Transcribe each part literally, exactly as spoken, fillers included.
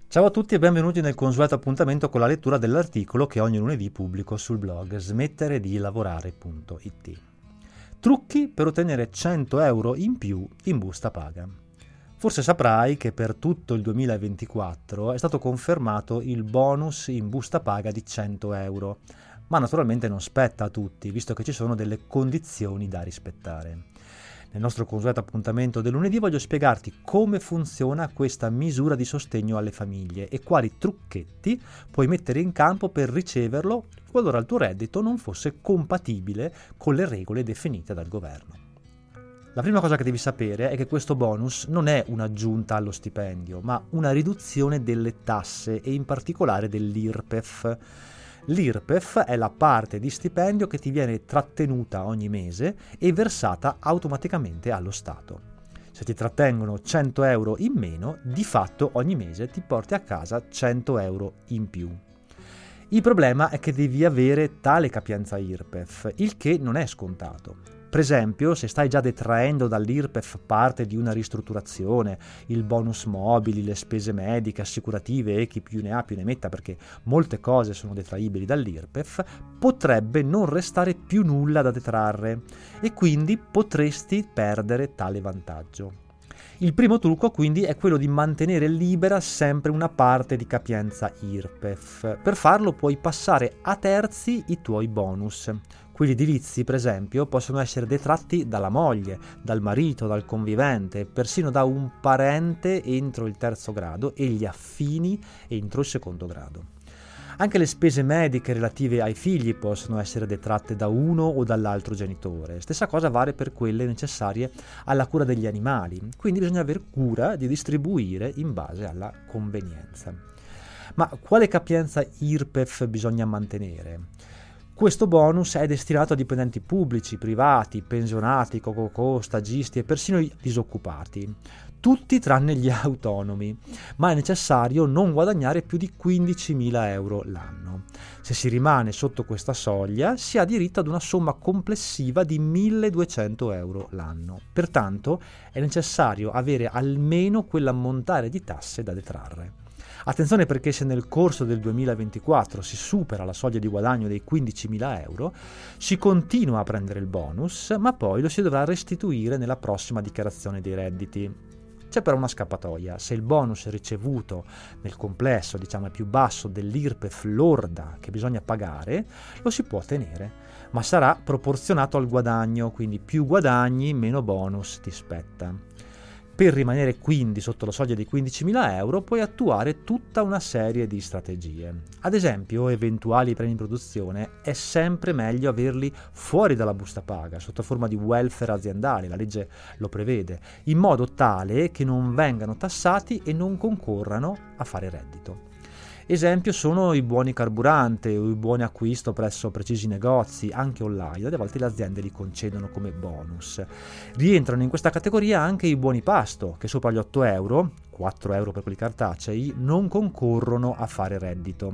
Ciao a tutti e benvenuti nel consueto appuntamento con la lettura dell'articolo che ogni lunedì pubblico sul blog smettere di lavorare punto it. Trucchi per ottenere cento euro in più in busta paga. Forse saprai che per tutto il duemilaventiquattro è stato confermato il bonus in busta paga di cento euro, ma naturalmente non spetta a tutti, visto che ci sono delle condizioni da rispettare. Nel nostro consueto appuntamento del lunedì voglio spiegarti come funziona questa misura di sostegno alle famiglie e quali trucchetti puoi mettere in campo per riceverlo qualora il tuo reddito non fosse compatibile con le regole definite dal governo. La prima cosa che devi sapere è che questo bonus non è un'aggiunta allo stipendio, ma una riduzione delle tasse e in particolare dell'I R P E F. L'I R P E F è la parte di stipendio che ti viene trattenuta ogni mese e versata automaticamente allo Stato. Se ti trattengono cento euro in meno, di fatto ogni mese ti porti a casa cento euro in più. Il problema è che devi avere tale capienza I R P E F, il che non è scontato. Per esempio, se stai già detraendo dall'I R P E F parte di una ristrutturazione, il bonus mobili, le spese mediche, assicurative e chi più ne ha più ne metta, perché molte cose sono detraibili dall'I R P E F, potrebbe non restare più nulla da detrarre e quindi potresti perdere tale vantaggio. Il primo trucco quindi è quello di mantenere libera sempre una parte di capienza I R P E F. Per farlo puoi passare a terzi i tuoi bonus. Quelli edilizi, per esempio, possono essere detratti dalla moglie, dal marito, dal convivente, persino da un parente entro il terzo grado e gli affini entro il secondo grado. Anche le spese mediche relative ai figli possono essere detratte da uno o dall'altro genitore. Stessa cosa vale per quelle necessarie alla cura degli animali, quindi bisogna aver cura di distribuire in base alla convenienza. Ma quale capienza I R P E F bisogna mantenere? Questo bonus è destinato a dipendenti pubblici, privati, pensionati, co-co-co, stagisti e persino i disoccupati. Tutti tranne gli autonomi, ma è necessario non guadagnare più di quindicimila euro l'anno. Se si rimane sotto questa soglia si ha diritto ad una somma complessiva di milleduecento euro l'anno. Pertanto è necessario avere almeno quell'ammontare di tasse da detrarre. Attenzione, perché se nel corso del duemilaventiquattro si supera la soglia di guadagno dei quindicimila euro, si continua a prendere il bonus, ma poi lo si dovrà restituire nella prossima dichiarazione dei redditi. C'è però una scappatoia: se il bonus ricevuto nel complesso, diciamo, è più basso dell'I R P E F lorda che bisogna pagare, lo si può tenere, ma sarà proporzionato al guadagno, quindi più guadagni, meno bonus ti spetta. Per rimanere quindi sotto la soglia dei quindicimila euro puoi attuare tutta una serie di strategie. Ad esempio, eventuali premi in produzione è sempre meglio averli fuori dalla busta paga, sotto forma di welfare aziendale, la legge lo prevede, in modo tale che non vengano tassati e non concorrano a fare reddito. Esempio sono i buoni carburante o i buoni acquisto presso precisi negozi, anche online, a volte le aziende li concedono come bonus. Rientrano in questa categoria anche i buoni pasto, che sopra gli otto euro, quattro euro per quelli cartacei, non concorrono a fare reddito.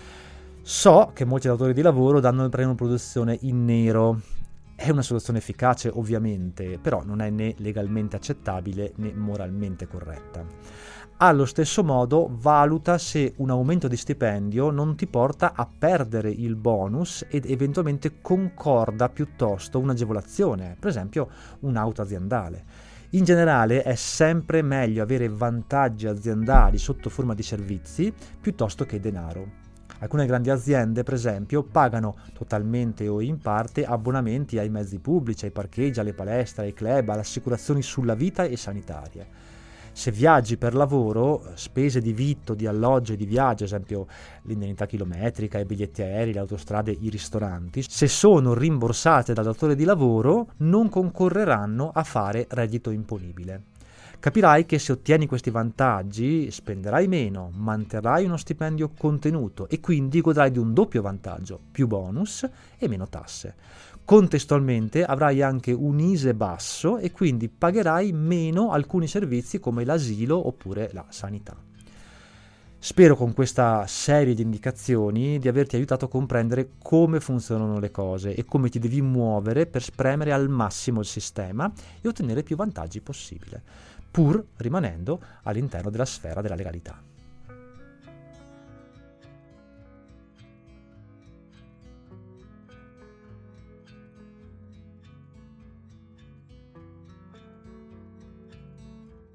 So che molti datori di lavoro danno il premio produzione in nero. È una soluzione efficace ovviamente, però non è né legalmente accettabile né moralmente corretta. Allo stesso modo valuta se un aumento di stipendio non ti porta a perdere il bonus ed eventualmente concorda piuttosto un'agevolazione, per esempio un'auto aziendale. In generale è sempre meglio avere vantaggi aziendali sotto forma di servizi piuttosto che denaro. Alcune grandi aziende, per esempio, pagano totalmente o in parte abbonamenti ai mezzi pubblici, ai parcheggi, alle palestre, ai club, alle assicurazioni sulla vita e sanitarie. Se viaggi per lavoro, spese di vitto, di alloggio e di viaggio, ad esempio l'indennità chilometrica, i biglietti aerei, le autostrade, i ristoranti, se sono rimborsate dal datore di lavoro, non concorreranno a fare reddito imponibile. Capirai che se ottieni questi vantaggi spenderai meno, manterrai uno stipendio contenuto e quindi godrai di un doppio vantaggio, più bonus e meno tasse. Contestualmente avrai anche un I S E E basso e quindi pagherai meno alcuni servizi come l'asilo oppure la sanità. Spero con questa serie di indicazioni di averti aiutato a comprendere come funzionano le cose e come ti devi muovere per spremere al massimo il sistema e ottenere più vantaggi possibile, pur rimanendo all'interno della sfera della legalità.